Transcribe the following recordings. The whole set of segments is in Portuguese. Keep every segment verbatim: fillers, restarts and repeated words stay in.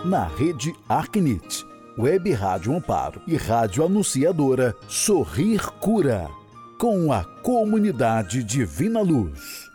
na rede Arquinit, Web Rádio Amparo e Rádio Anunciadora Sorrir Cura, com a comunidade Divina Luz.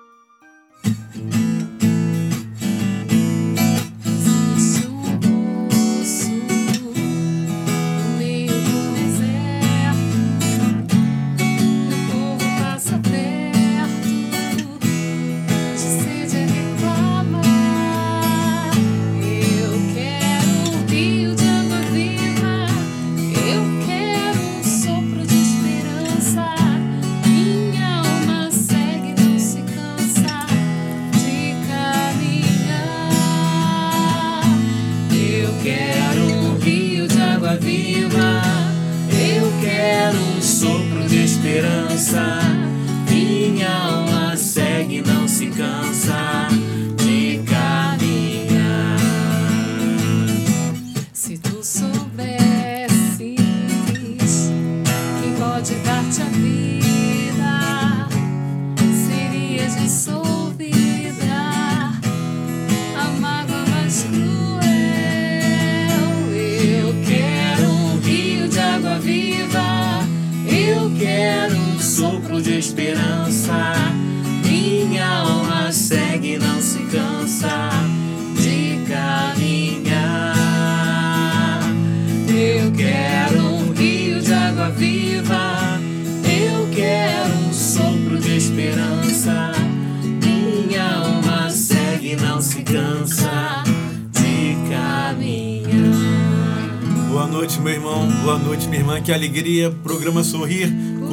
Que alegria, programa Sorrir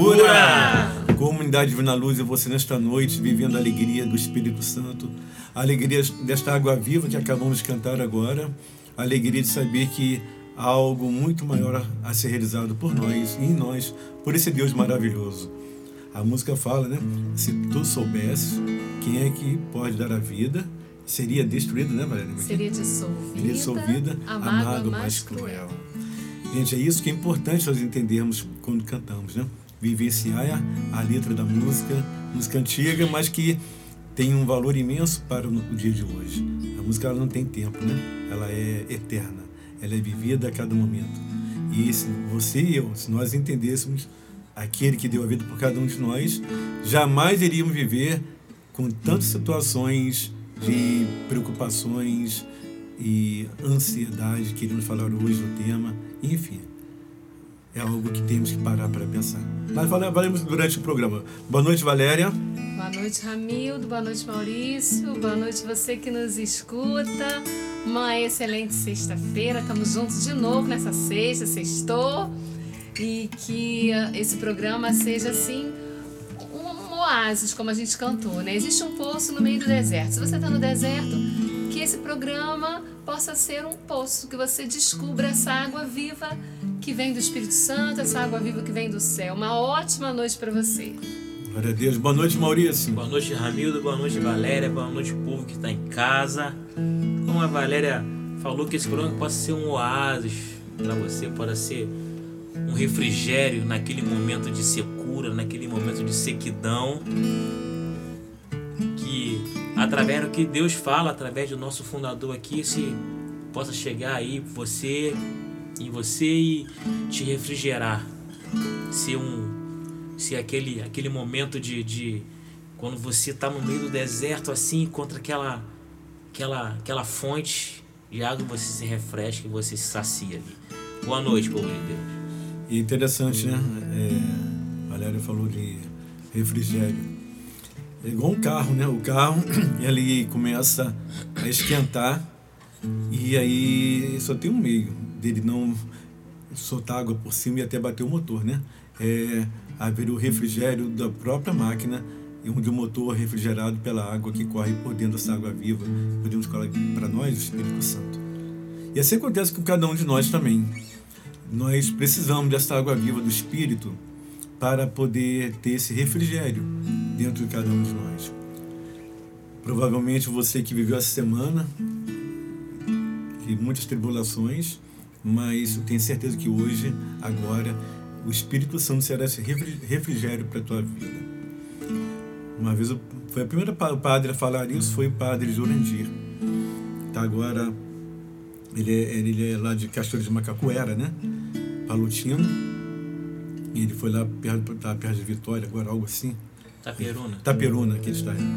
Cura. Comunidade Divina Luz e você nesta noite vivendo a alegria do Espírito Santo, a alegria desta água viva que acabamos de cantar agora, a alegria de saber que há algo muito maior a ser realizado por nós e em nós, por esse Deus maravilhoso. A música fala, né? Se tu soubesses quem é que pode dar a vida, seria destruída, né, Valéria? Seria dissolvida, seria dissolvida a mágoa mais cruel. Gente, é isso que é importante nós entendermos quando cantamos, né? Vivenciar a, a letra da música, música antiga, mas que tem um valor imenso para o, o dia de hoje. A música ela não tem tempo, né? Ela é eterna, ela é vivida a cada momento. E se você e eu, se nós entendêssemos aquele que deu a vida por cada um de nós, jamais iríamos viver com tantas situações de preocupações e ansiedade, que iremos falar hoje no tema. Enfim, é algo que temos que parar para pensar. Mas falamos durante o programa. Boa noite, Valéria. Boa noite, Ramildo. Boa noite, Maurício. Boa noite, você que nos escuta. Uma excelente sexta-feira. Estamos juntos de novo nessa sexta, sextou. E que esse programa seja, assim, um oásis, como a gente cantou, né? Existe um poço no meio do deserto. Se você está no deserto, que esse programa possa ser um poço, que você descubra essa água viva que vem do Espírito Santo, essa água viva que vem do céu. Uma ótima noite para você. Glória a Deus. Boa noite, Maurício. Boa noite, Ramildo. Boa noite, Valéria. Boa noite, povo que está em casa. Como a Valéria falou, que esse programa possa ser um oásis para você, pode ser um refrigério naquele momento de secura, naquele momento de sequidão. Através do que Deus fala, através do nosso fundador aqui, se possa chegar aí você, em você e te refrigerar. Ser um, ser aquele, aquele momento de, de quando você está no meio do deserto assim, encontra aquela, aquela, aquela fonte de água, você se refresca e você se sacia ali. Boa noite, povo de Deus. E interessante, né? É, a Valéria falou de refrigério. É igual um carro, né? O carro, ele começa a esquentar e aí só tem um meio dele não soltar água por cima e até bater o motor, né? É haver o refrigério da própria máquina, onde o motor é refrigerado pela água que corre por dentro dessa água viva, podemos falar para nós, o Espírito Santo. E assim acontece com cada um de nós também. Nós precisamos dessa água viva do Espírito para poder ter esse refrigério dentro de cada um de nós. Provavelmente você que viveu essa semana, que muitas tribulações, mas eu tenho certeza que hoje, agora, o Espírito Santo será esse refrigério para a tua vida. Uma vez, foi a primeira padre a falar isso, foi o padre Jurandir. Tá, agora, Ele é, ele é lá de Cachoeira de Macacuera, né? Palutino. E ele foi lá perto, tá perto de Vitória, agora algo assim. Taperuna. Taperuna, que ele está aí.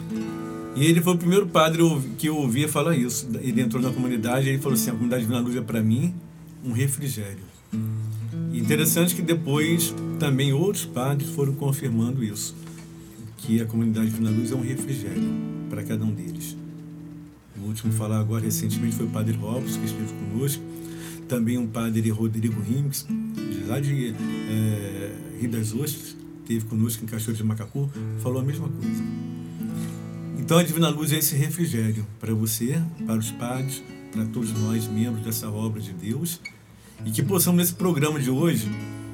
E ele foi o primeiro padre que eu ouvia falar isso. Ele entrou na comunidade e ele falou assim: a comunidade Divina Luz é para mim um refrigério. E interessante que depois também outros padres foram confirmando isso, que a comunidade Divina Luz é um refrigério para cada um deles. O último a falar agora recentemente foi o padre Robson, que esteve conosco. Também um padre Rodrigo Rimes, lá de é, Rio das Ostras, esteve conosco em Cachoeira de Macacu, falou a mesma coisa. Então a Divina Luz é esse refrigério para você, para os padres, para todos nós, membros dessa obra de Deus, e que possamos nesse programa de hoje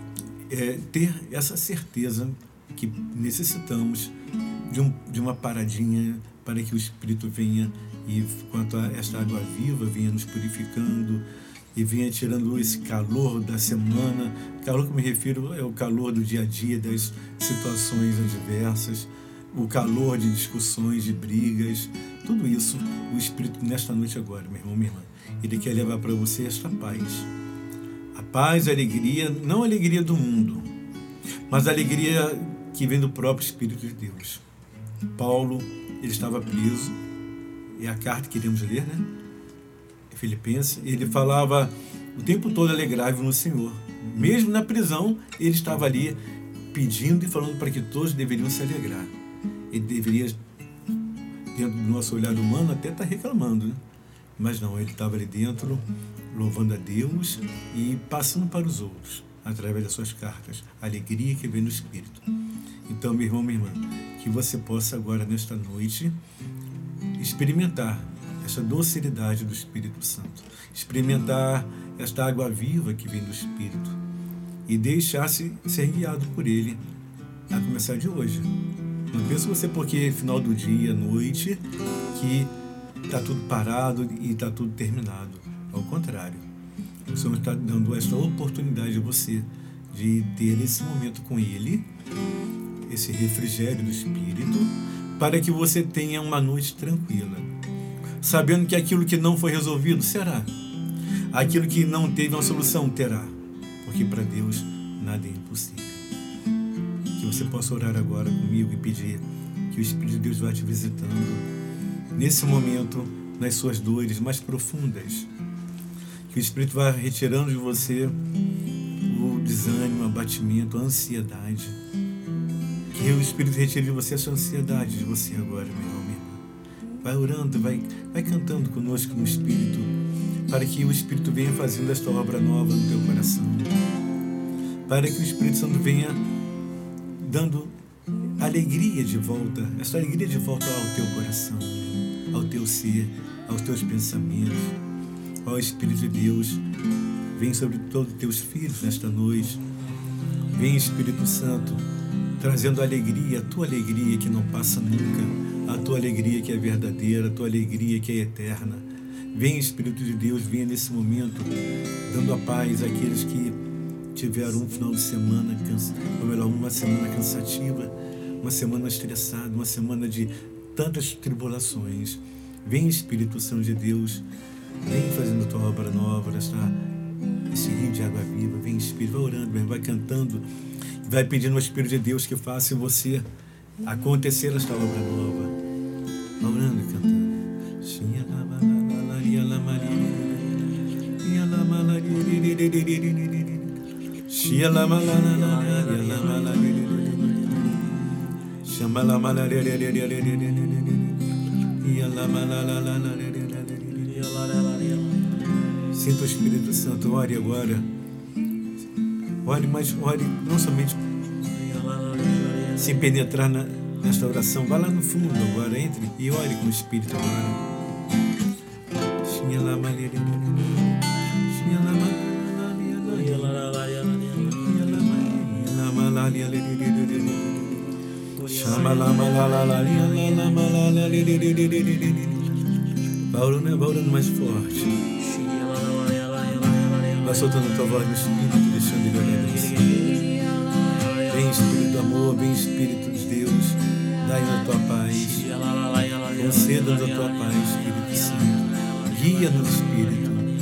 é, ter essa certeza que necessitamos de, um, de uma paradinha para que o Espírito venha e, quanto a esta água viva, venha nos purificando e venha tirando esse calor da semana. O calor que eu me refiro é o calor do dia a dia, das situações adversas, o calor de discussões, de brigas, tudo isso, o Espírito nesta noite agora, meu irmão, minha irmã, ele quer levar para você esta paz. A paz, a alegria, não a alegria do mundo, mas a alegria que vem do próprio Espírito de Deus. Paulo, ele estava preso, é a carta que iremos ler, né? Filipenses, ele falava o tempo todo alegrai-vos no Senhor. Mesmo na prisão, ele estava ali pedindo e falando para que todos deveriam se alegrar. Ele deveria, dentro do nosso olhar humano, até estar reclamando, né? Mas não, ele estava ali dentro, louvando a Deus e passando para os outros, através das suas cartas, a alegria que vem no Espírito. Então, meu irmão, minha irmã, que você possa agora, nesta noite, experimentar essa docilidade do Espírito Santo, experimentar esta água viva que vem do Espírito e deixar-se ser guiado por Ele, a começar de hoje. Não pense você porque é final do dia, noite, que está tudo parado e está tudo terminado. Ao contrário, o Senhor está dando esta oportunidade a você de ter esse momento com Ele, esse refrigério do Espírito, para que você tenha uma noite tranquila, sabendo que aquilo que não foi resolvido será, aquilo que não teve uma solução terá, porque para Deus nada é impossível. Que você possa orar agora comigo e pedir que o Espírito de Deus vá te visitando nesse momento, nas suas dores mais profundas, que o Espírito vá retirando de você o desânimo, o abatimento, a ansiedade, que o Espírito retire de você essa ansiedade de você agora, meu irmão. Vai orando, vai, vai cantando conosco no Espírito, para que o Espírito venha fazendo esta obra nova no teu coração, para que o Espírito Santo venha dando alegria de volta, essa alegria de volta ao teu coração, ao teu ser, aos teus pensamentos. Ó Espírito de Deus, vem sobre todos os teus filhos nesta noite. Vem, Espírito Santo, trazendo alegria, a tua alegria que não passa nunca, a tua alegria que é verdadeira, a tua alegria que é eterna. Vem, Espírito de Deus, venha nesse momento, dando a paz àqueles que tiveram um final de semana, ou melhor, uma semana cansativa, uma semana estressada, uma semana de tantas tribulações. Vem, Espírito Santo de Deus, vem fazendo a tua obra nova, nessa, esse rio de água viva. Vem, Espírito, vai orando, vai cantando, vai pedindo ao Espírito de Deus que faça em você acontecer esta obra nova. Vai orando e cantando. Sinta o Espírito Santo, ore agora. Ore, mas ore não somente sem penetrar na, nesta oração. Vá lá no fundo agora, entre e ore com o Espírito agora. Vai orando, vai orando mais forte. Vai soltando a tua voz no Espírito, deixando ele orar em você. Vem, Espírito do amor, vem, Espírito de Deus, dai-nos a tua paz. Conceda-nos a tua paz, Espírito Santo. Guia-nos, Espírito.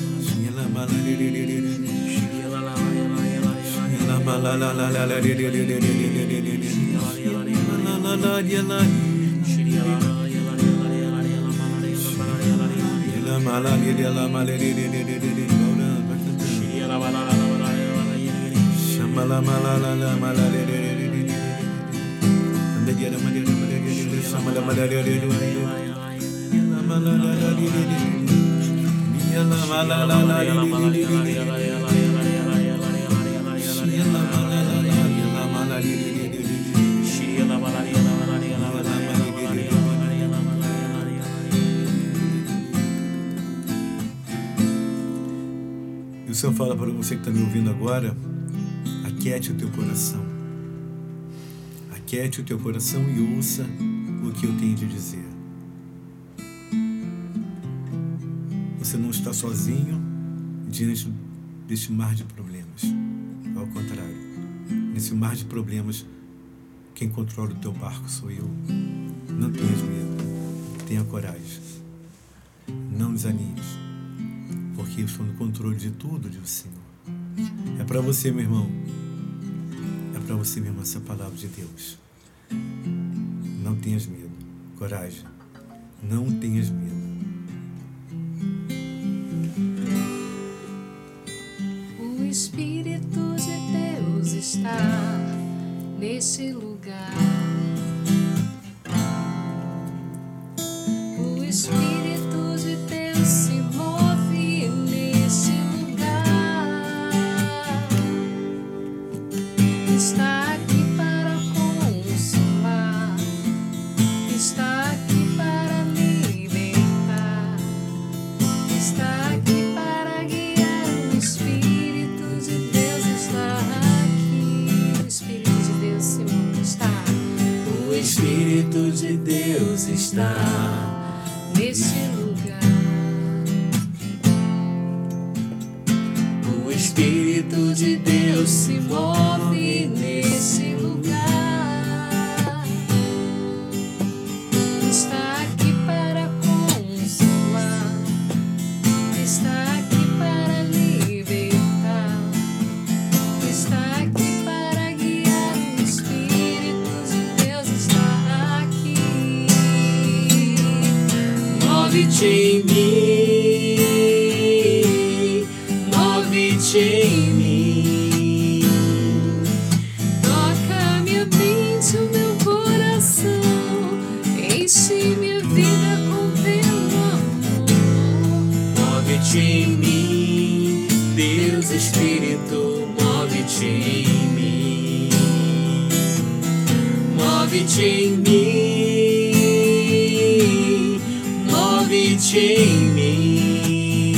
E o Senhor fala para você que está me ouvindo agora: aquiete o teu coração. Aquiete o teu coração e ouça o que eu tenho de dizer. Você não está sozinho diante deste mar de problemas. Ao contrário, nesse mar de problemas, quem controla o teu barco sou eu. Não tenhas medo, tenha coragem. Não desanimes, porque eu estou no controle de tudo, diz o Senhor. É para você, meu irmão. É para você, minha irmã, essa palavra de Deus. Não tenhas medo, coragem. Não tenhas medo. O Espírito de Deus está neste lugar. O Espírito de Deus se move neste lugar. Está aqui para consolar. Está aqui para libertar. Está aqui para guiar. O Espírito de Deus está aqui. O Espírito de Deus se move, está. O Espírito de Deus está Neste lugar, o Espírito de Deus se move nesse lugar. Está aqui para consolar. Está aqui para libertar. Está aqui para guiar. O Espírito de Deus está aqui. Move-te em mim, move-te em mim. Toca minha mente, o meu coração. Enche minha vida com teu amor. Move-te em mim, Deus Espírito, move-te em mim. Move-te em mim, move-te em mim.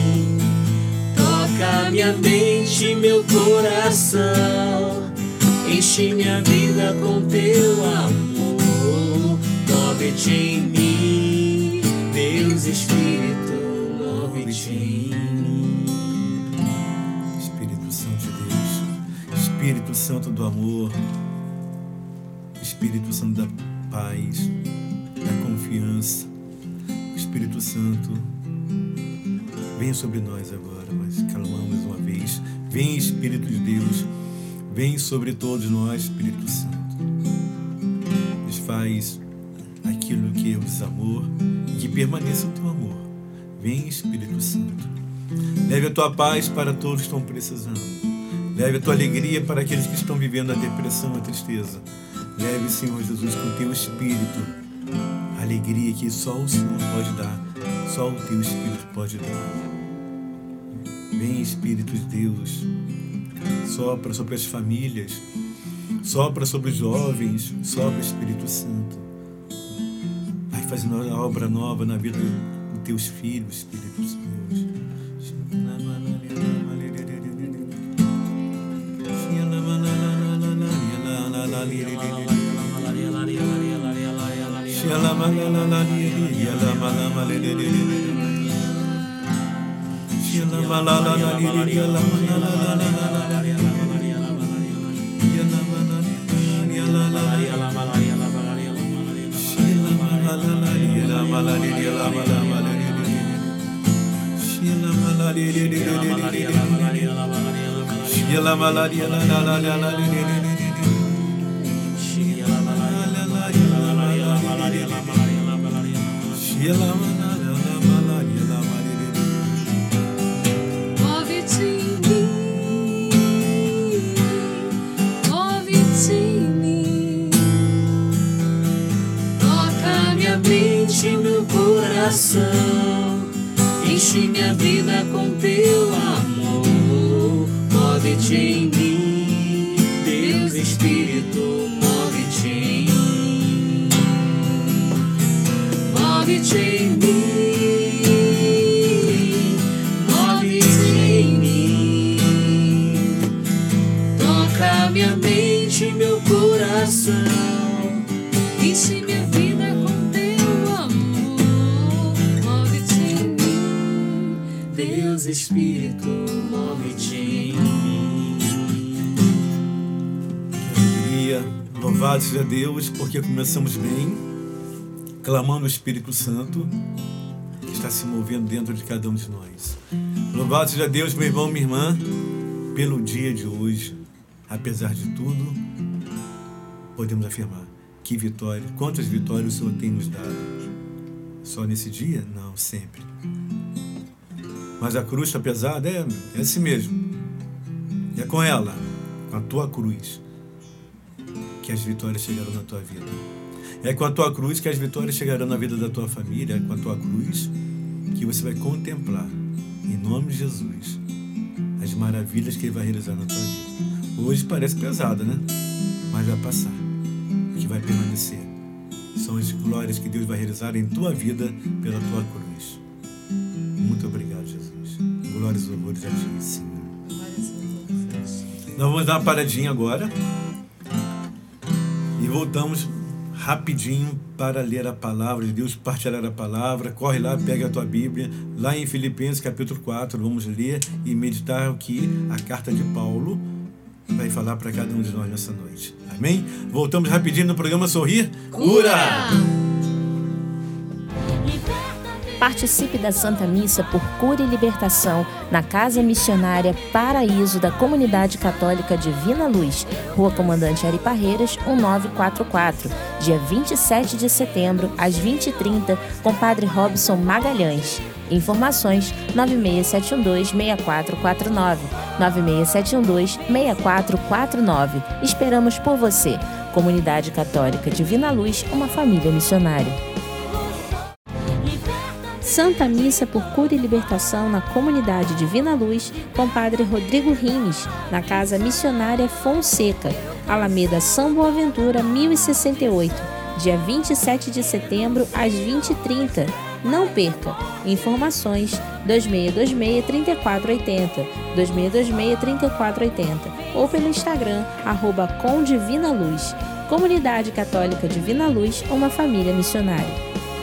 Toca minha mente, meu coração. Enche minha vida com teu amor. Move-te em mim, Deus Espírito, move-te em mim. Espírito Santo de Deus, Espírito Santo do amor, Espírito Santo da paz, da confiança, Espírito Santo, vem sobre nós agora, mas clamamos uma vez. Vem, Espírito de Deus, vem sobre todos nós, Espírito Santo. Desfaz aquilo que é o desamor e que permaneça o teu amor. Vem, Espírito Santo. Leve a tua paz para todos que estão precisando. Leve a tua alegria para aqueles que estão vivendo a depressão, a tristeza. Leve, Senhor Jesus, com o teu Espírito a alegria que só o Senhor pode dar, só o teu Espírito pode dar. Vem, Espírito de Deus, sopra sobre as famílias, sopra sobre os jovens, sopra, Espírito Santo. Vai fazendo a obra nova na vida dos teus filhos, Espírito de Deus. Move-te em mim, move-te em mim, toca minha mente, meu coração, enche minha vida com teu amor. Move-te em mim, Deus Espírito, move-te em mim, move-te em mim. Minha mente, meu coração, enche minha vida com teu amor. Move-te em mim, Deus Espírito, move-te em mim. Que alegria, louvado seja Deus, porque começamos bem, clamando o Espírito Santo, que está se movendo dentro de cada um de nós. Louvado seja Deus, meu irmão, minha irmã, pelo dia de hoje. Apesar de tudo, podemos afirmar que vitória, quantas vitórias o Senhor tem nos dado. Só nesse dia? Não, sempre. Mas a cruz está pesada? É, é assim mesmo. É com ela, com a tua cruz, que as vitórias chegarão na tua vida. É com a tua cruz que as vitórias chegarão na vida da tua família. É com a tua cruz que você vai contemplar, em nome de Jesus, as maravilhas que Ele vai realizar na tua vida. Hoje parece pesada, né? Mas vai passar. O que vai permanecer são as glórias que Deus vai realizar em tua vida pela tua cruz. Muito obrigado, Jesus. Glórias e louvores a ti, Senhor. Nós vamos dar uma paradinha agora e voltamos rapidinho para ler a palavra de Deus, partilhar a palavra. Corre lá, pega a tua Bíblia, lá em Filipenses capítulo quatro, vamos ler e meditar o que a carta de Paulo vai falar para cada um de nós nessa noite. Amém? Voltamos rapidinho no programa Sorrir Cura! Participe da Santa Missa por Cura e Libertação na Casa Missionária Paraíso da Comunidade Católica Divina Luz, Rua Comandante Ari Parreiras, um nove quatro quatro, dia vinte e sete de setembro, às vinte e trinta, com Padre Robson Magalhães. Informações nove seis sete um dois, seis quatro quatro nove, nove seis sete um dois, seis quatro quatro nove. Esperamos por você. Comunidade Católica Divina Luz, uma família missionária. Santa Missa por Cura e Libertação na Comunidade Divina Luz, com Padre Rodrigo Rines, na Casa Missionária Fonseca, Alameda São Boaventura, mil e sessenta e oito, dia vinte e sete de setembro, às vinte e trinta. Não perca! Informações dois seis dois seis, três quatro oito zero, dois seis dois seis, três quatro oito zero ou pelo Instagram, arroba com Divina Luz. Comunidade Católica Divina Luz, uma família missionária.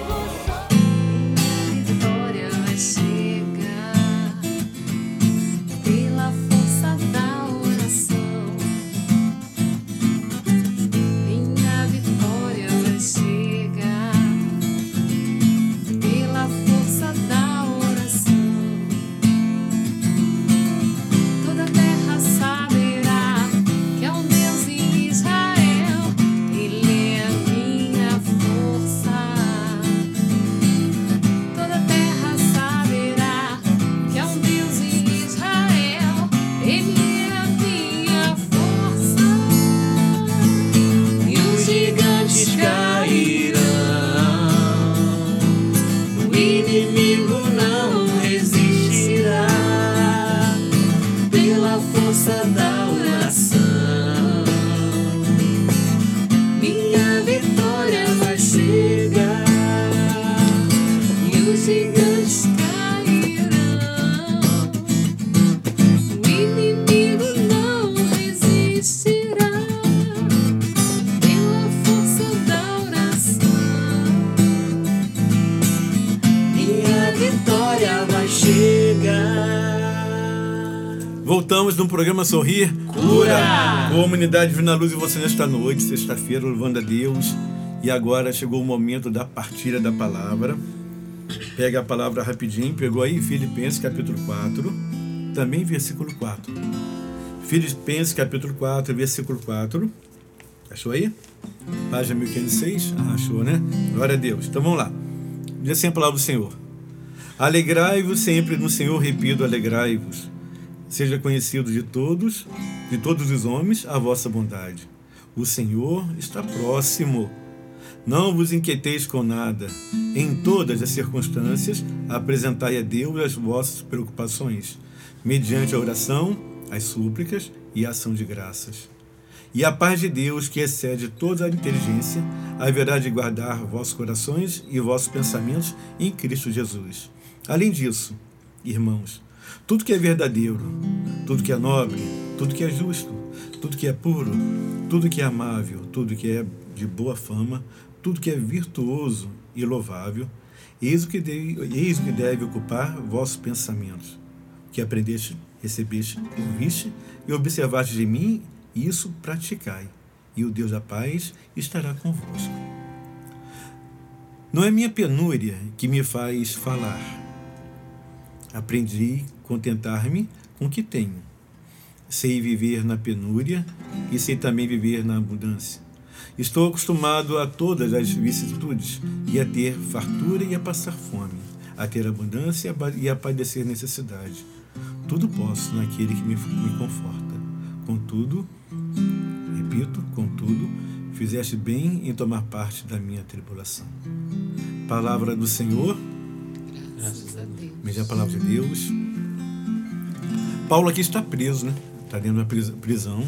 Voltamos no programa Sorrir Cura! Comunidade Divina Luz e você nesta noite, sexta-feira, louvando a Deus. E agora chegou o momento da partilha da palavra. Pega a palavra rapidinho, pegou aí Filipenses capítulo quatro, também versículo quatro. Filipenses capítulo quatro, versículo quatro. Achou aí? Página mil quinhentos e seis? Ah, achou, né? Glória a Deus. Então vamos lá. Diz assim a palavra do Senhor. Alegrai-vos sempre no Senhor, repito, alegrai-vos. Seja conhecido de todos, de todos os homens, a vossa bondade. O Senhor está próximo. Não vos inquieteis com nada. Em todas as circunstâncias, apresentai a Deus as vossas preocupações, mediante a oração, as súplicas e a ação de graças. E a paz de Deus, que excede toda a inteligência, haverá de guardar vossos corações e vossos pensamentos em Cristo Jesus. Além disso, irmãos, tudo que é verdadeiro, tudo que é nobre, tudo que é justo, tudo que é puro, tudo que é amável, tudo que é de boa fama, tudo que é virtuoso e louvável, eis o que deve, eis o que deve ocupar vossos pensamentos. O que aprendeste, recebeste, ouviste e observaste de mim, isso praticai, e o Deus da paz estará convosco. Não é minha penúria que me faz falar. Aprendi a contentar-me com o que tenho. Sei viver na penúria e sei também viver na abundância. Estou acostumado a todas as vicissitudes e a ter fartura e a passar fome, a ter abundância e a padecer necessidade. Tudo posso naquele que me, me conforta. Contudo, repito, contudo, fizeste bem em tomar parte da minha tribulação. Palavra do Senhor. Graças a Deus. Veja a palavra de Deus. Paulo aqui está preso, né? Está dentro da prisão.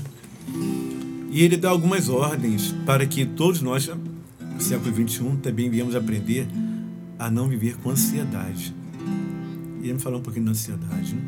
E ele dá algumas ordens para que todos nós, no século vinte e um, também viemos aprender a não viver com ansiedade. E ele me falou um pouquinho da ansiedade, né?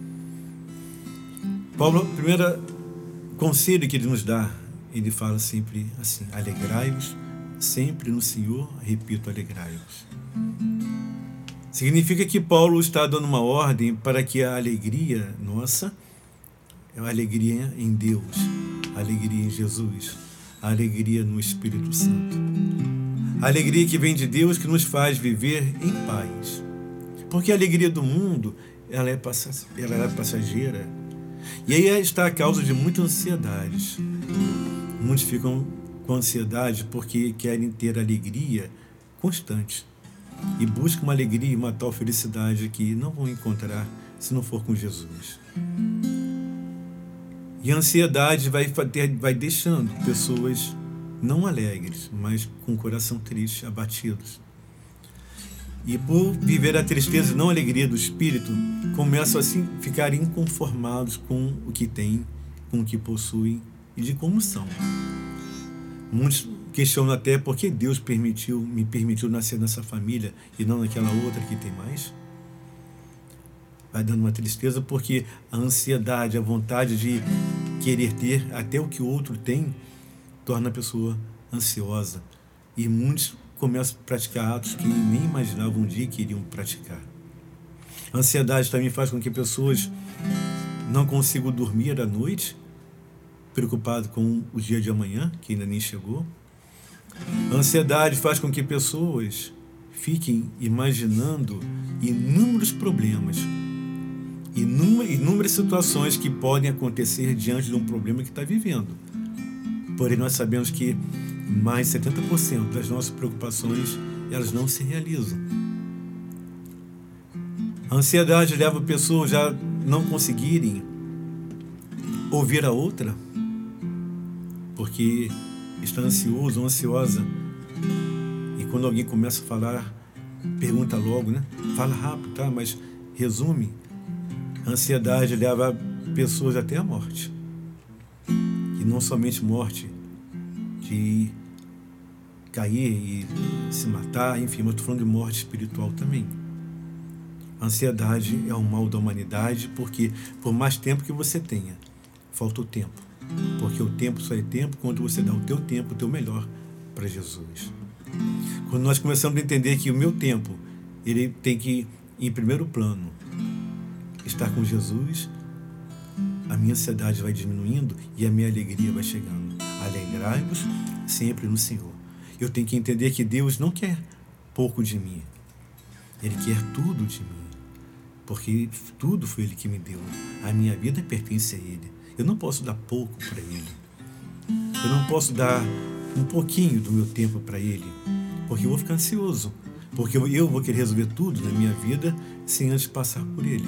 Paulo, o primeiro conselho que ele nos dá, ele fala sempre assim: alegrai-vos sempre no Senhor, repito, alegrai-vos. Significa que Paulo está dando uma ordem para que a alegria nossa é uma alegria em Deus, a alegria em Jesus, a alegria no Espírito Santo. A alegria que vem de Deus, que nos faz viver em paz. Porque a alegria do mundo, ela é, pass- ela é passageira. E aí está a causa de muitas ansiedades. Muitos ficam com ansiedade porque querem ter alegria constante. E buscam uma alegria e uma tal felicidade que não vão encontrar se não for com Jesus. E a ansiedade vai, ter, vai deixando pessoas não alegres, mas com o coração triste, abatidos. E por viver a tristeza e não a alegria do Espírito, começam assim a ficar inconformados com o que têm, com o que possuem e de como são. Muitos questionam até por que Deus permitiu, me permitiu nascer nessa família e não naquela outra que tem mais. Vai dando uma tristeza porque a ansiedade, a vontade de querer ter até o que o outro tem, torna a pessoa ansiosa. E muitos começam a praticar atos que nem imaginavam um dia que iriam praticar. A ansiedade também faz com que pessoas não consigam dormir à noite, preocupado com o dia de amanhã, que ainda nem chegou. A ansiedade faz com que pessoas fiquem imaginando inúmeros problemas, inúmeras situações que podem acontecer diante de um problema que está vivendo. Porém, nós sabemos que mais de setenta por cento das nossas preocupações, elas não se realizam. A ansiedade leva a pessoa a já não conseguirem ouvir a outra, porque está ansioso ou ansiosa. E quando alguém começa a falar, pergunta logo, né? Fala rápido, tá? Mas resume. A ansiedade leva pessoas até a morte. E não somente morte de cair e se matar, enfim, mas estou falando de morte espiritual também. A ansiedade é um mal da humanidade, porque por mais tempo que você tenha, falta o tempo. Porque o tempo só é tempo quando você dá o teu tempo, o teu melhor para Jesus. Quando nós começamos a entender que o meu tempo, ele tem que, em primeiro plano, estar com Jesus, a minha ansiedade vai diminuindo e a minha alegria vai chegando. Alegrai-vos sempre no Senhor. Eu tenho que entender que Deus não quer pouco de mim. Ele quer tudo de mim, porque tudo foi Ele que me deu. A minha vida pertence a Ele. Eu não posso dar pouco para Ele. Eu não posso dar um pouquinho do meu tempo para Ele, porque eu vou ficar ansioso, porque eu vou querer resolver tudo na minha vida sem antes passar por Ele.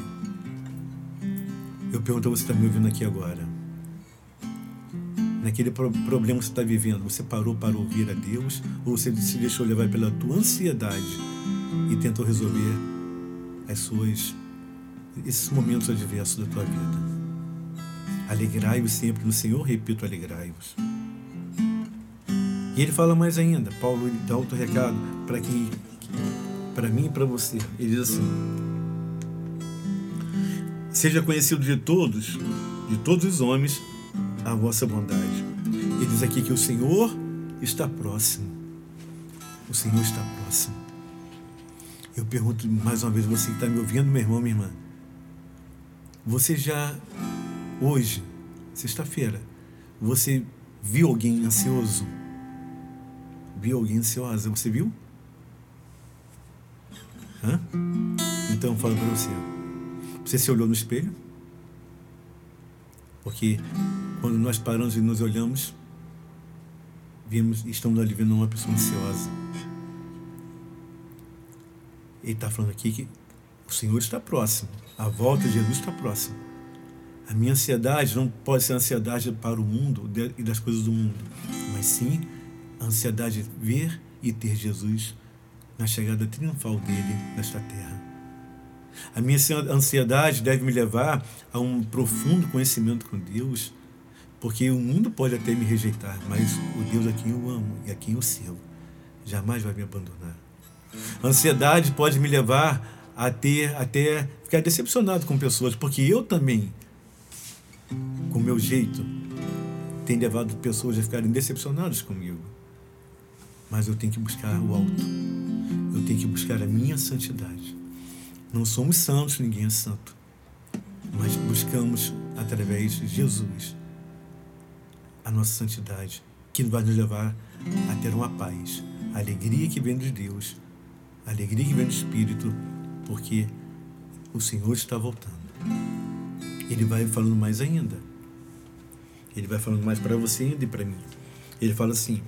Eu pergunto a você que está me ouvindo aqui agora, naquele pro- problema que você está vivendo, você parou para ouvir a Deus ou você se deixou levar pela tua ansiedade e tentou resolver as suas, esses momentos adversos da tua vida? Alegrai-vos sempre no Senhor, repito, alegrai-vos. E ele fala mais ainda, Paulo ele dá outro recado para quem, para mim e para você. Ele diz assim: seja conhecido de todos, de todos os homens, a vossa bondade. Ele diz aqui que o Senhor está próximo. O Senhor está próximo. Eu pergunto mais uma vez, você que está me ouvindo, meu irmão, minha irmã, você já, hoje, sexta-feira, você viu alguém ansioso? Viu alguém ansiosa? Você viu? Hã? Então, eu falo para você. Você se olhou no espelho? Porque quando nós paramos e nos olhamos, vimos, estamos ali vendo uma pessoa ansiosa. Ele está falando aqui que o Senhor está próximo. A volta de Jesus está próxima. A minha ansiedade não pode ser ansiedade para o mundo e das coisas do mundo, mas sim a ansiedade de ver e ter Jesus na chegada triunfal dele nesta terra. A minha ansiedade deve me levar a um profundo conhecimento com Deus, porque o mundo pode até me rejeitar, mas o Deus a quem eu amo e a quem eu sirvo jamais vai me abandonar. A ansiedade pode me levar a ter, até ficar decepcionado com pessoas, porque eu também, com o meu jeito, tenho levado pessoas a ficarem decepcionadas comigo. Mas eu tenho que buscar o alto. Eu tenho que buscar a minha santidade. Não somos santos, ninguém é santo. Mas buscamos, através de Jesus, a nossa santidade, que vai nos levar a ter uma paz, a alegria que vem de Deus, a alegria que vem do Espírito, porque o Senhor está voltando. Ele vai falando mais ainda. Ele vai falando mais para você ainda e para mim. Ele fala assim,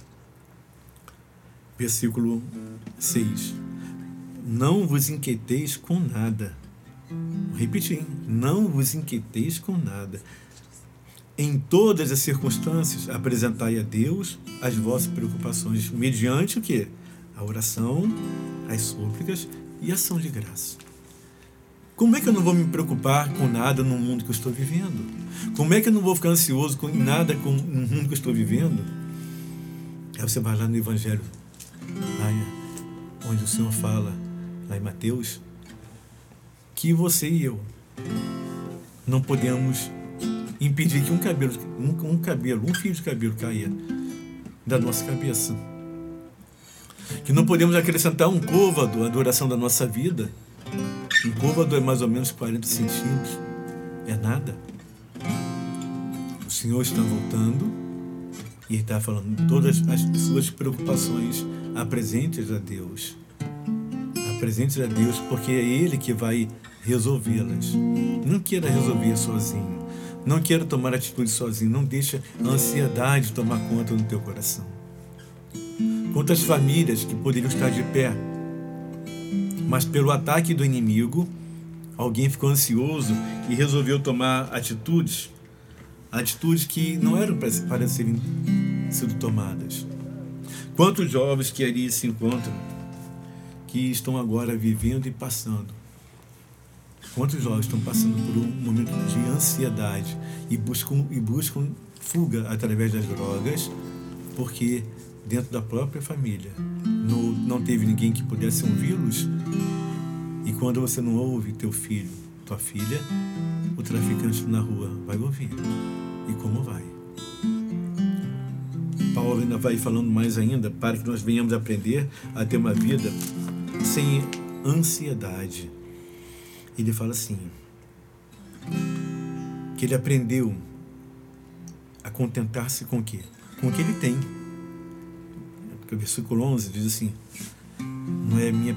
versículo seis. Não vos inquieteis com nada. Vou repetir, hein? Não vos inquieteis com nada. Em todas as circunstâncias, apresentai a Deus as vossas preocupações, mediante o quê? A oração, as súplicas e a ação de graça. Como é que eu não vou me preocupar com nada no mundo que eu estou vivendo? Como é que eu não vou ficar ansioso com nada com no mundo que eu estou vivendo? Aí você vai lá no Evangelho, lá onde o Senhor fala, lá em Mateus, que você e eu não podemos impedir que um cabelo, um, um cabelo, um fio de cabelo caia da nossa cabeça. Que não podemos acrescentar um côvado à duração da nossa vida. Um côvado é mais ou menos quarenta centímetros. É nada. O Senhor está voltando e Ele está falando todas as suas preocupações apresentes a Deus. Apresentes a Deus, porque é Ele que vai resolvê-las. Não queira resolver sozinho. Não queira tomar atitude sozinho. Não deixa a ansiedade tomar conta do teu coração. Quantas famílias que poderiam estar de pé, mas pelo ataque do inimigo, alguém ficou ansioso e resolveu tomar atitudes, atitudes que não eram para serem sido tomadas. Quantos jovens que ali se encontram, que estão agora vivendo e passando? Quantos jovens estão passando por um momento de ansiedade e buscam, e buscam fuga através das drogas, porque dentro da própria família não, não teve ninguém que pudesse ouvi-los? E quando você não ouve teu filho, tua filha, o traficante na rua vai ouvir. E como vai? Paulo ainda vai falando mais ainda para que nós venhamos aprender a ter uma vida sem ansiedade. Ele fala assim, que ele aprendeu a contentar-se com o quê? Com o que ele tem. O versículo onze diz assim, não é minha,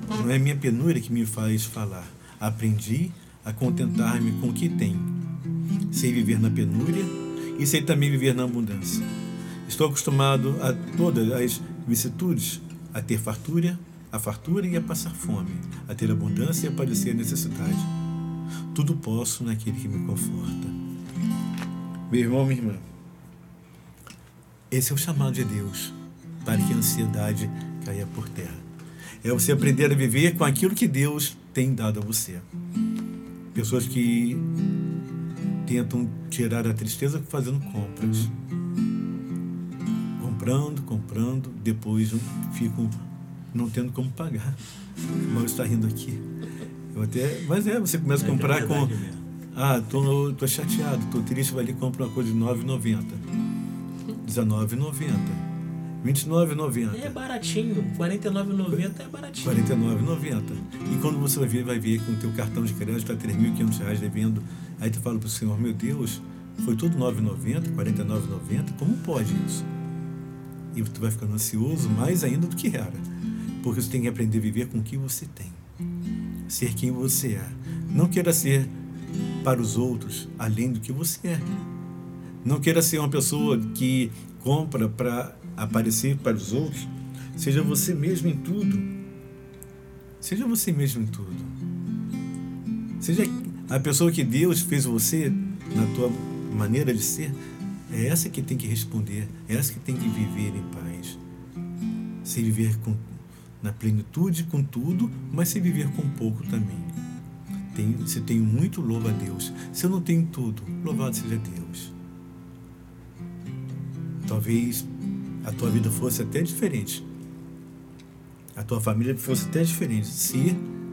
Não é minha penúria que me faz falar. Aprendi a contentar-me com o que tenho. Sei viver na penúria e sei também viver na abundância. Estou acostumado a todas as vicissitudes, a ter fartura, a fartura e a passar fome, a ter abundância e a padecer necessidade. Tudo posso naquele que me conforta. Meu irmão, minha irmã, esse é o chamado de Deus para que a ansiedade caia por terra. É você aprender a viver com aquilo que Deus tem dado a você. Pessoas que tentam tirar a tristeza fazendo compras. Comprando, comprando, depois ficam não tendo como pagar. O Mauro está rindo aqui. Eu até, mas é, você começa a comprar com... Ah, tô, tô chateado, tô triste, vai ali e compra uma coisa de nove reais e noventa centavos. dezenove reais e noventa centavos. vinte e nove reais e noventa centavos. É baratinho, quarenta e nove reais e noventa centavos é baratinho. quarenta e nove reais e noventa centavos. E quando você vai ver, vai ver que o teu cartão de crédito está três mil e quinhentos reais devendo. Aí tu fala para o Senhor, meu Deus, foi tudo nove reais e noventa centavos, quarenta e nove reais e noventa centavos, como pode isso? E tu vai ficando ansioso mais ainda do que era. Porque você tem que aprender a viver com o que você tem. Ser quem você é. Não queira ser para os outros além do que você é. Não queira ser uma pessoa que compra para aparecer para os outros. Seja você mesmo em tudo. Seja você mesmo em tudo. Seja a pessoa que Deus fez você na tua maneira de ser. É essa que tem que responder. É essa que tem que viver em paz. Se viver com, na plenitude com tudo, mas se viver com pouco também. Tem, se tenho muito, louva a Deus. Se eu não tenho tudo, louvado seja Deus. Talvez a tua vida fosse até diferente. A tua família fosse até diferente. Se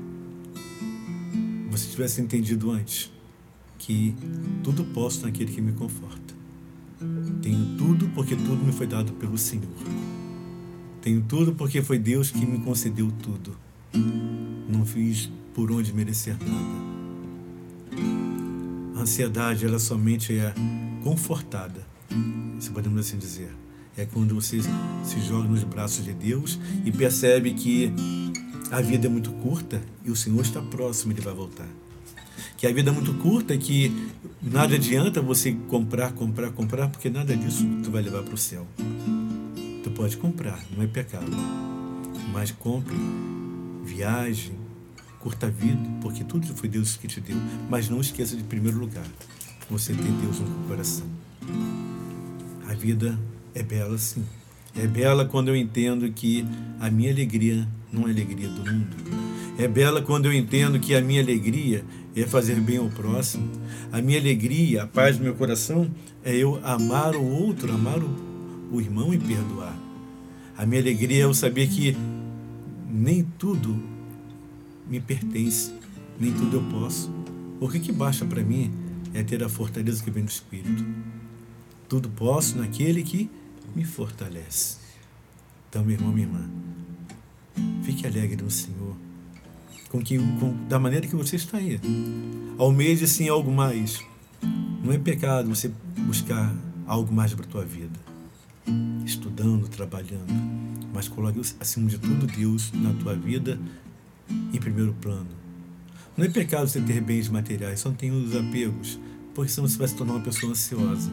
você tivesse entendido antes que tudo posso naquele que me conforta. Tenho tudo porque tudo me foi dado pelo Senhor. Tenho tudo porque foi Deus que me concedeu tudo. Não fiz por onde merecer nada. A ansiedade, ela somente é confortada, se podemos assim dizer. É quando você se joga nos braços de Deus e percebe que a vida é muito curta e o Senhor está próximo, Ele vai voltar. Que a vida é muito curta e que nada adianta você comprar, comprar, comprar, porque nada disso tu vai levar para o céu. Tu pode comprar, não é pecado. Mas compre, viaje, curta a vida, porque tudo foi Deus que te deu. Mas não esqueça de, em primeiro lugar, você ter Deus no coração. A vida é bela, sim. É bela quando eu entendo que a minha alegria não é a alegria do mundo. É bela quando eu entendo que a minha alegria é fazer bem ao próximo. A minha alegria, a paz do meu coração, é eu amar o outro, amar o, o irmão e perdoar. A minha alegria é eu saber que nem tudo me pertence, nem tudo eu posso. O que, que basta para mim é ter a fortaleza que vem do Espírito. Tudo posso naquele que me fortalece. Então, meu irmão, minha irmã, fique alegre no Senhor, com que, com, da maneira que você está aí. Almeje, sim, algo mais. Não é pecado você buscar algo mais para a tua vida, estudando, trabalhando, mas coloque, acima de tudo, Deus na tua vida em primeiro plano. Não é pecado você ter bens materiais, só não tem os apegos, porque senão você vai se tornar uma pessoa ansiosa.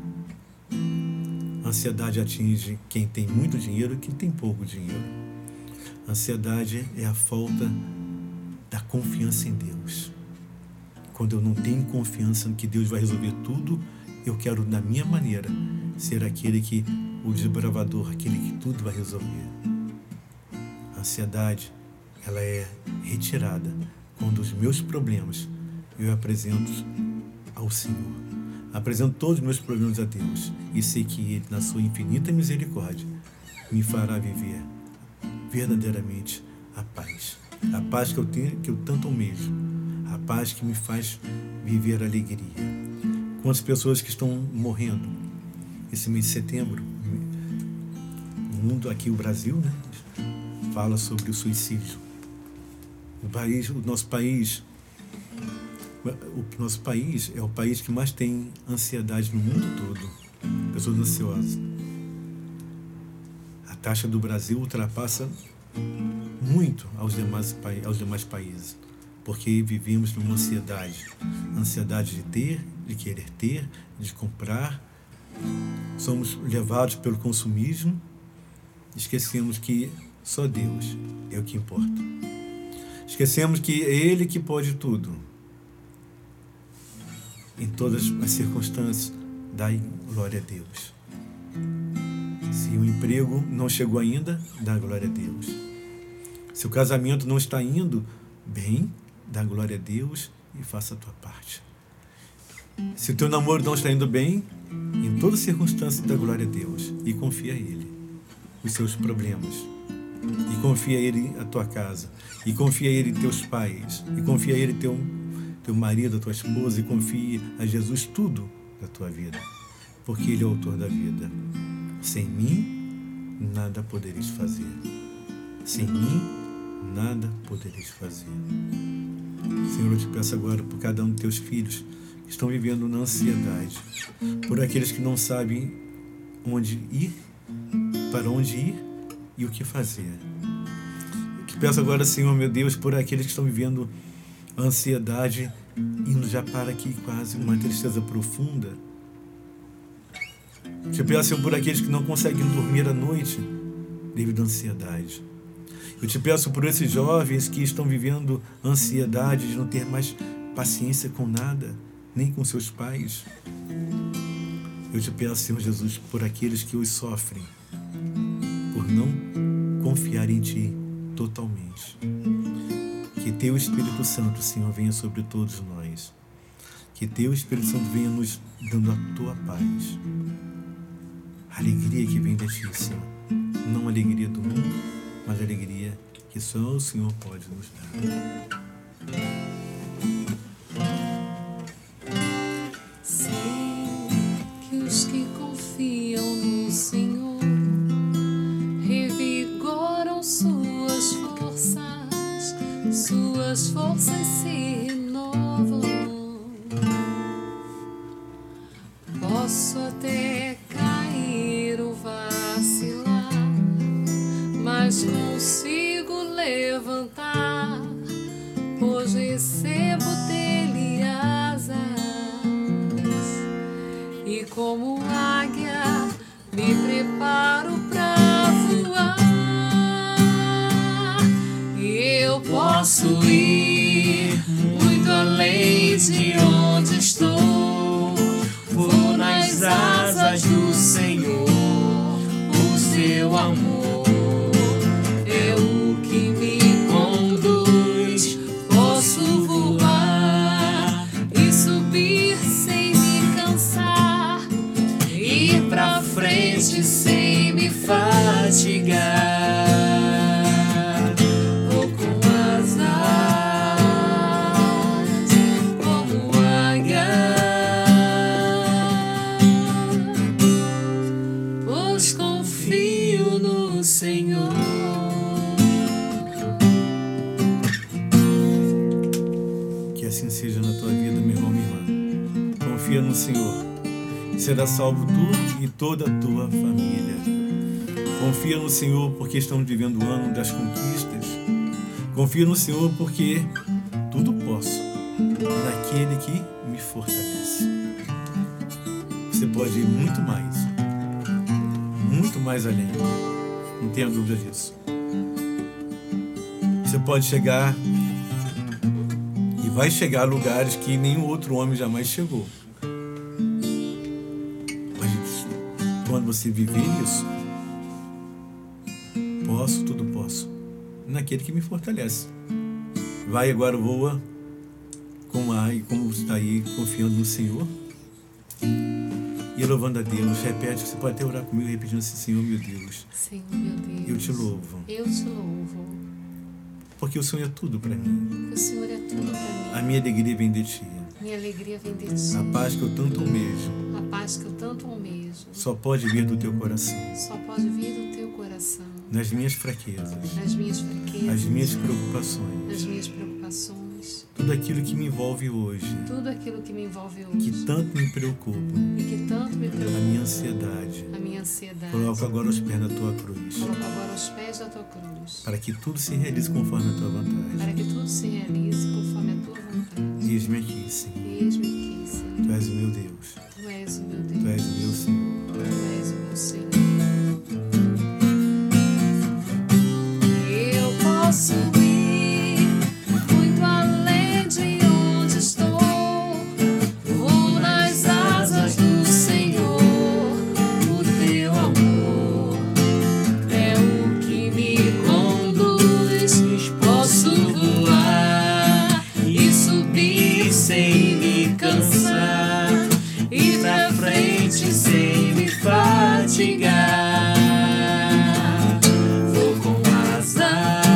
A ansiedade atinge quem tem muito dinheiro e quem tem pouco dinheiro. A ansiedade é a falta da confiança em Deus. Quando eu não tenho confiança no que Deus vai resolver tudo, eu quero, da minha maneira, ser aquele que, o desbravador, aquele que tudo vai resolver. A ansiedade, ela é retirada quando os meus problemas eu apresento ao Senhor. Apresento todos os meus problemas a Deus e sei que Ele, na sua infinita misericórdia, me fará viver verdadeiramente a paz. A paz que eu tenho, que eu tanto almejo. A paz que me faz viver a alegria. Quantas pessoas que estão morrendo esse mês de setembro, o mundo, aqui o Brasil, né, fala sobre o suicídio. O país, o nosso país, o nosso país é o país que mais tem ansiedade no mundo todo. Pessoas ansiosas. A taxa do Brasil ultrapassa muito aos demais, aos demais países, porque vivemos numa ansiedade, ansiedade de ter, de querer ter, de comprar. Somos levados pelo consumismo, esquecemos que só Deus é o que importa. Esquecemos que é Ele que pode tudo. Em todas as circunstâncias, dai glória a Deus. Se o emprego não chegou ainda, dá glória a Deus. Se o casamento não está indo bem, dá glória a Deus e faça a tua parte. Se o teu namoro não está indo bem, em toda circunstância dá glória a Deus e confia a Ele os seus problemas. E confia a Ele a tua casa. E confia a Ele teus pais. E confia a Ele teu, teu marido, a tua esposa. E confia a Jesus tudo da tua vida. Porque Ele é o autor da vida. Sem mim, nada podereis fazer. Sem mim, nada podereis fazer. Senhor, eu te peço agora por cada um dos teus filhos que estão vivendo na ansiedade. Por aqueles que não sabem onde ir, para onde ir e o que fazer. Eu te peço agora, Senhor, meu Deus, por aqueles que estão vivendo a ansiedade, indo já para aqui quase uma tristeza profunda. Eu te peço, Senhor, por aqueles que não conseguem dormir à noite devido à ansiedade. Eu te peço por esses jovens que estão vivendo a ansiedade de não ter mais paciência com nada, nem com seus pais. Eu te peço, Senhor Jesus, por aqueles que os sofrem, por não confiar em Ti totalmente. Que Teu Espírito Santo, Senhor, venha sobre todos nós. Que Teu Espírito Santo venha nos dando a Tua paz. A alegria que vem de Ti, Senhor. Não a alegria do mundo, mas a alegria que só o Senhor pode nos dar. Suas forças se renovam. Posso até cair ou vacilar, mas consigo levantar, pois recebo dele asas, e como águia me preparo pra voar. Eu posso ir muito além de onde estou. Vou nas asas do Senhor. O seu amor é o que me conduz. Posso voar e subir sem me cansar, ir pra frente sem me fatigar. Senhor, que assim seja na tua vida, meu irmão, minha irmã. Confia no Senhor, será salvo tu e toda a tua família. Confia no Senhor, porque estamos vivendo o ano das conquistas. Confia no Senhor, porque tudo posso naquele que me fortalece. Você pode ir muito mais, muito mais além. Não tenha dúvida disso. Você pode chegar e vai chegar a lugares que nenhum outro homem jamais chegou. Mas quando você viver isso, posso, tudo posso, naquele que me fortalece. Vai agora, voa, como, aí, como está aí, confiando no Senhor. E louvando a Deus, repete, você pode até orar comigo repetindo assim: Senhor meu Deus, Senhor meu Deus, eu te louvo, eu te louvo, porque o Senhor é tudo para mim. O Senhor é tudo para mim. A minha alegria vem de Ti. Minha alegria vem de Ti. A paz que eu tanto almejo. A paz que eu tanto almejo. Só pode vir do Teu coração. Só pode vir do Teu coração. Nas minhas fraquezas. Nas minhas fraquezas. As minhas preocupações. Nas minhas preocupações. Jesus. Tudo aquilo que me envolve hoje, Tudo aquilo que me envolve que hoje tanto me preocupa, e que tanto me a preocupa, minha ansiedade, a minha ansiedade, coloco agora aos pés da tua cruz, coloco agora aos pés da tua cruz, para que tudo se realize conforme a tua para vontade. que tudo se realize conforme a tua vontade. Eis-me aqui, Senhor. Eis-me aqui, Senhor. Tu és o meu Deus. Tu és o meu Tu Deus. és o meu Senhor. Tu és o meu Senhor. Eu posso ir muito além de onde estou. Vou nas asas do Senhor. O teu amor é o que me conduz. Posso voar e subir sem me cansar. Ir pra frente sem me fatigar. Vou com asas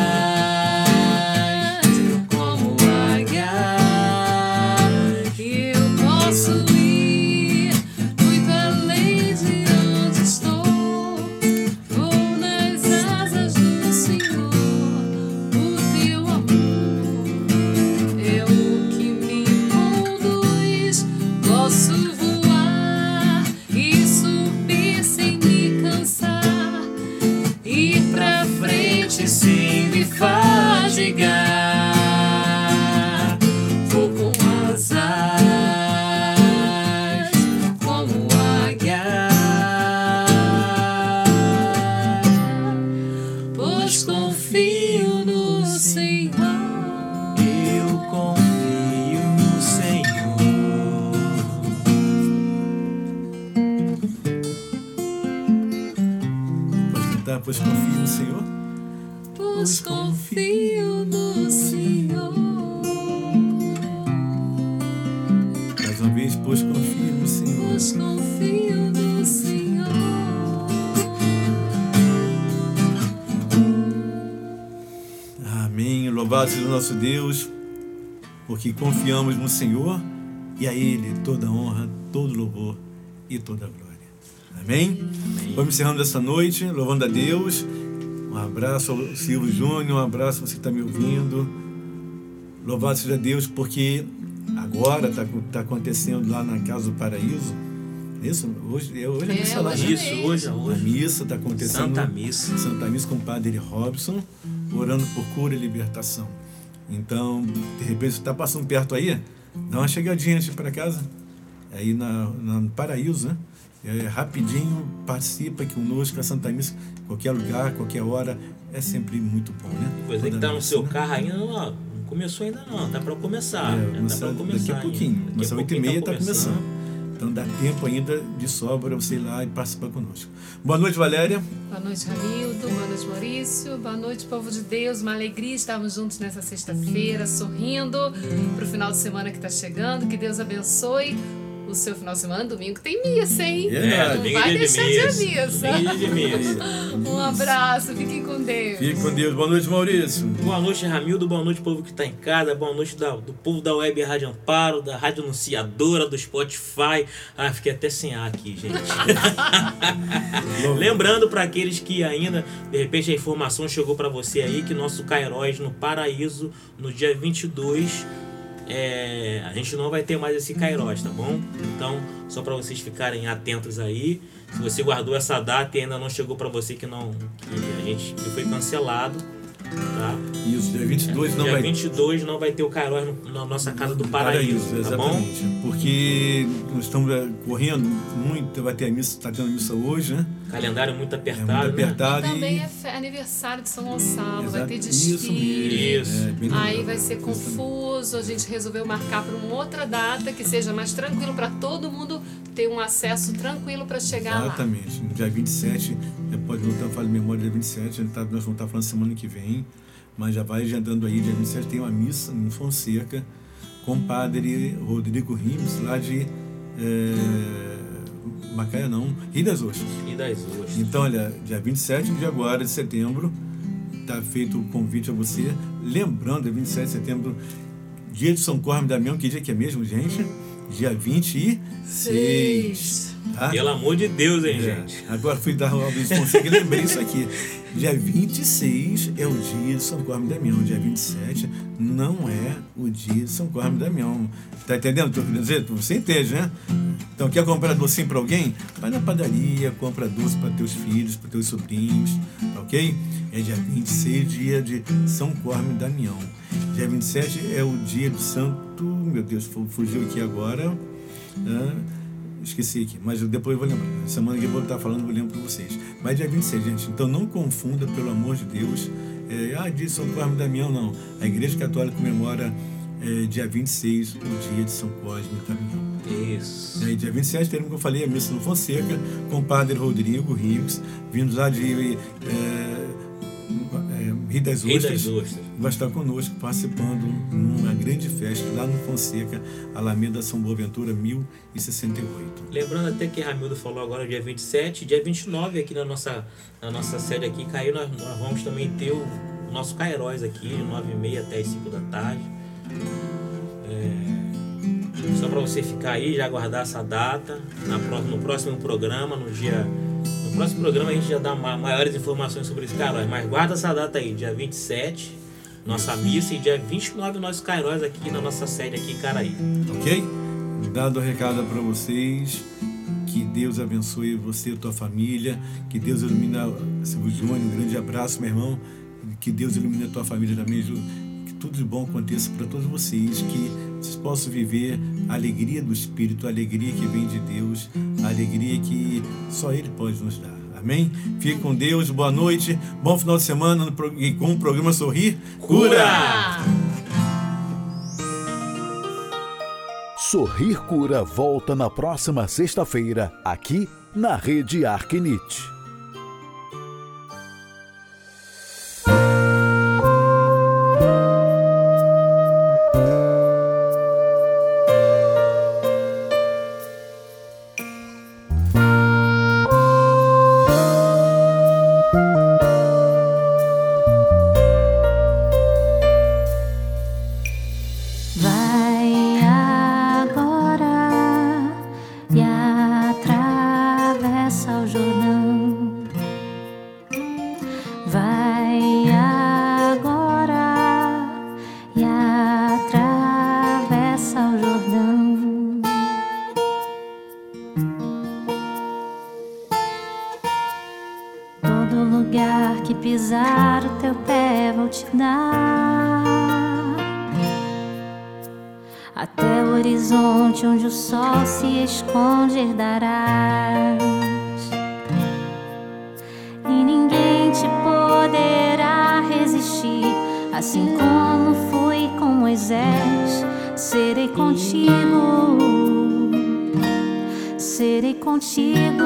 como águia. Eu posso ir muito além de onde estou. Vou nas asas do Senhor. O teu amor é o que me conduz. Posso voar e subir sem me cansar. Ir pra frente sem me fatigar. Vou com asas como águia, pois confio no Senhor. Eu confio no Senhor. Pode cantar, pois confio no Senhor. Pois confio no Senhor. Mais uma vez, pois confio no Senhor. Pois confio no Senhor. Amém. Louvado seja o nosso Deus, porque confiamos no Senhor e a Ele toda honra, todo louvor e toda glória. Amém? Vamos encerrando essa noite, louvando a Deus. Um abraço ao Silvio Júnior, um abraço a você que está me ouvindo. Louvado seja Deus, porque agora está tá acontecendo lá na Casa do Paraíso. Isso? Hoje é, hoje é, É, missa lá, hoje né? Isso, hoje, A hoje. missa está acontecendo. Santa Missa. Santa Missa com o Padre Robson, orando por cura e libertação. Então, de repente, você está passando perto aí, dá uma chegadinha antes para casa, aí na, na, no Paraíso, né? É, rapidinho, participa conosco, a Santa Missa, qualquer lugar, qualquer hora, é sempre muito bom, né? Você que Toda tá no missa, seu né? carro ainda, não, ó, não começou ainda não, tá para começar. É, tá começar para começar daqui a pouquinho, ainda. começar oito e pouquinho meia está começando. Então dá tempo ainda de sobra você ir lá e participar conosco. Boa noite, Valéria. Boa noite, Ramildo. Boa noite, Maurício. Boa noite, povo de Deus. Uma alegria estarmos juntos nessa sexta-feira, sorrindo para o final de semana que está chegando. Que Deus abençoe o seu final de semana. Domingo tem missa, hein? É, Não domingo vai é dia de deixar de missa. ir à missa. Domingo é dia de missa. Um abraço. Fiquem com Deus. Fique com Deus. Boa noite, Maurício. Boa noite, Ramildo. Boa noite, povo que está em casa. Boa noite da, do povo da Web Rádio Amparo, da Rádio Anunciadora, do Spotify. Ah, fiquei até sem ar aqui, gente. Lembrando para aqueles que ainda, de repente, a informação chegou para você aí que nosso Kairos no Paraíso, no dia vinte e dois, é, a gente não vai ter mais esse Kairos, tá bom? Então, só para vocês ficarem atentos aí. Se você guardou essa data e ainda não chegou para você que não que a gente que foi cancelado, tá? Isso, dia vinte e dois não dia vai vinte e dois não vai ter o Kairos no- na nossa casa do Paraíso, tá bom? exatamente. Porque nós estamos é, correndo muito, vai ter a missa, está tendo a missa hoje, né? Calendário muito É apertado, muito né? apertado Também e... é fe- aniversário de São Gonçalo. Vai ter Exato, desfile. Isso mesmo. Isso. É, bem Aí legal. vai ser confuso, a gente resolveu marcar para uma outra data que seja mais tranquilo para todo mundo ter um acesso tranquilo para chegar lá. Exatamente. No dia vinte e sete, já pode voltar, eu falo de memória, dia vinte e sete, a gente tá, nós vamos estar falando semana que vem, mas já vai agendando aí, dia vinte e sete tem uma missa em Fonseca com o Padre Rodrigo Rimes, lá de é, Macaé não, Rio das Ostras. E das ostras. Então, olha, dia vinte e sete de agora, de setembro, está feito o convite a você. Lembrando, dia vinte e sete de setembro, dia de São Cosme e Damião, que dia que é mesmo, gente? Dia vinte e seis. Tá? Pelo amor de Deus, hein, É, gente? agora fui dar uma vez Fonseca e lembrei isso aqui. dia vinte e seis é o dia de São Cosme e Damião. Dia vinte e sete não é o dia de São Cosme e Damião. Tá entendendo o que eu quero dizer? Você entende, né? Então, quer comprar docinho para alguém? Vai na padaria, compra doce para teus filhos, para teus sobrinhos, ok? É dia vinte e seis, dia de São Cosme e Damião. Dia vinte e sete é o dia do Santo... Meu Deus, fugiu aqui agora. Ah, esqueci aqui, mas depois eu vou lembrar. Semana que eu vou estar falando, eu vou lembrar para vocês. Mas dia vinte e seis, gente. Então, não confunda, pelo amor de Deus. É, ah, dia de São Cosme e Damião, não. A Igreja Católica comemora é, dia vinte e seis, o dia de São Cosme e Damião. Isso. E dia vinte e sete, teremos, como eu falei, a missa no Fonseca, com o padre Rodrigo Rimes, vindo lá de é, é, Rio das Ostras. Vai estar conosco, participando numa grande festa lá no Fonseca, Alameda São Boaventura, mil e sessenta e oito. Lembrando até que Ramildo falou agora, dia vinte e sete, dia vinte e nove, aqui na nossa, na nossa sede aqui, caiu, nós, nós vamos também ter o nosso Cairóis aqui, de nove e meia até as cinco da tarde. É... Só para você ficar aí, já aguardar essa data. Na próxima, no próximo programa, no dia. No próximo programa a gente já dá ma- maiores informações sobre esse Cairóis. Mas guarda essa data aí, dia vinte e sete, nossa missa, e dia vinte e nove, nosso Cairóis aqui na nossa sede aqui em Caraí. Ok? Dado o recado para vocês. Que Deus abençoe você e a tua família. Que Deus ilumine o Júnior. Um grande abraço, meu irmão. Que Deus ilumine a tua família também, Ju. Que tudo de bom aconteça para todos vocês. Que vocês possam viver a alegria do Espírito, a alegria que vem de Deus, a alegria que só Ele pode nos dar. Amém? Fique com Deus, boa noite, bom final de semana no, e com o programa Sorrir Cura! Sorrir Cura volta na próxima sexta-feira, aqui na Rede Arquinite. pisar o teu pé vou te dar, até o horizonte onde o sol se esconde herdarás, e ninguém te poderá resistir. Assim como fui com Moisés, serei contigo, serei contigo.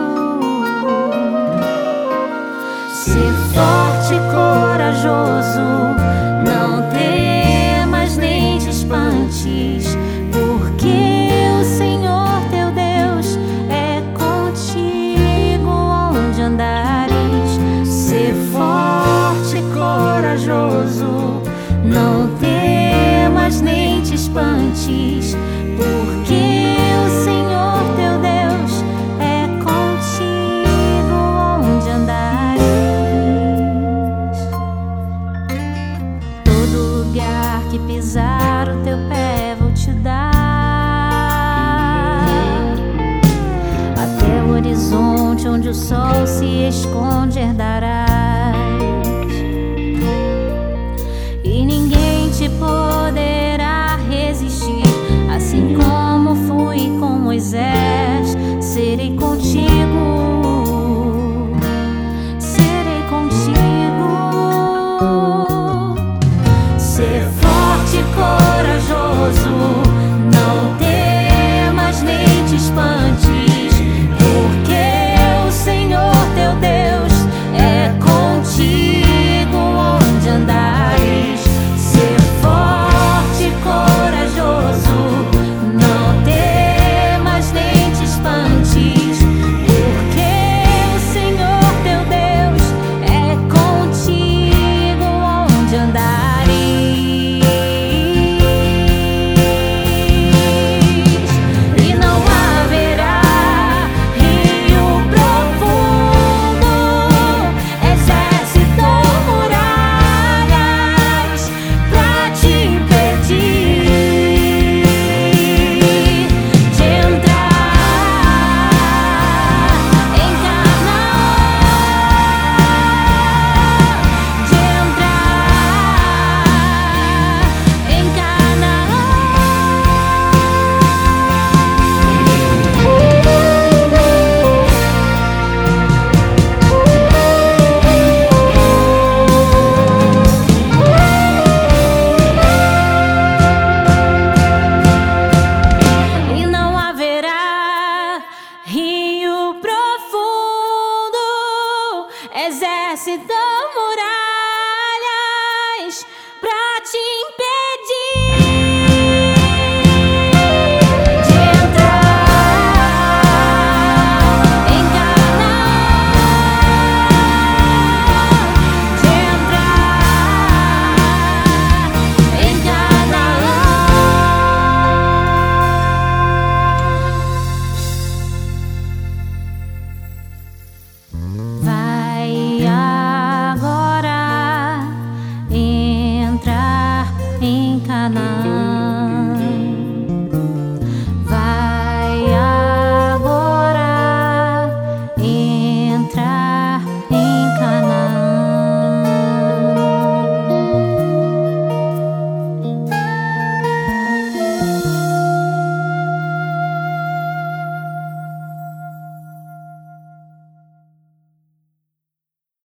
Ser forte e corajoso, não temas nem te espantes, porque o Senhor teu Deus é contigo onde andares. Ser forte e corajoso, não temas nem te espantes, porque o Senhor teu Deus é contigo onde andares. Todo lugar que pisar o teu pé vou te dar, até o horizonte onde o sol se esconde herdarás.